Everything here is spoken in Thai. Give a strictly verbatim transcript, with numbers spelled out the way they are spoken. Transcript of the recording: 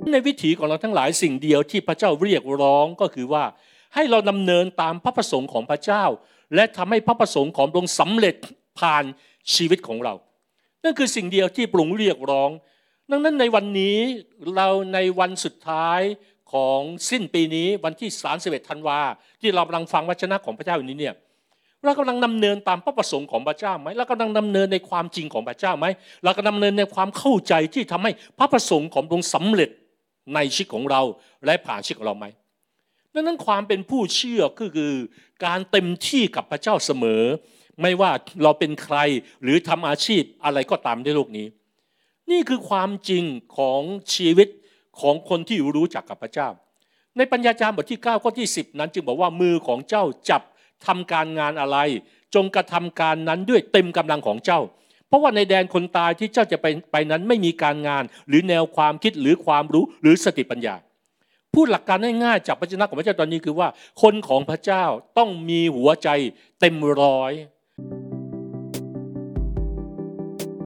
ในวิถีของเราทั้งหลายสิ่งเดียวที่พระเจ้าเรียกร้องก็คือว่าให้เราดำเนินตามพระประสงค์ของพระเจ้าและทำให้พระประสงค์ของพระองค์สำเร็จผ่านชีวิตของเรานั่นคือสิ่งเดียวที่พระองค์เรียกร้องดังนั้นในวันนี้เราในวันสุดท้ายของสิ้นปีนี้วันที่สามสิบเอ็ดธันวาที่เรากำลังฟังวจนะของพระเจ้าอยู่นี้เนี่ยเรากำลังดำเนินตามพระประสงค์ของพระเจ้าไหมเรากำลังดำเนินในความจริงของพระเจ้าไหมเรากำลังดำเนินในความเข้าใจที่ทำให้พระประสงค์ของพระองค์สำเร็จในชีวิตของเราและผ่านชีวิตของเราไหมดังนั้นความเป็นผู้เชื่อก็คือการเต็มที่กับพระเจ้าเสมอไม่ว่าเราเป็นใครหรือทำอาชีพอะไรก็ตามในโลกนี้นี่คือความจริงของชีวิตของคนที่รู้จักกับพระเจ้าในปัญญาจารย์บทที่เก้าข้อที่สิบนั้นจึงบอกว่ามือของเจ้าจับทำการงานอะไรจงกระทำการนั้นด้วยเต็มกำลังของเจ้าเพราะว่าในแดนคนตายที่เจ้าจะไปไปนั้นไม่มีการงานหรือแนวความคิดหรือความรู้หรือสติปัญญาพูดหลักการง่ายๆจากพระเจ้าของพระเจ้าตอนนี้คือว่าคนของพระเจ้าต้องมีหัวใจเต็มร้อย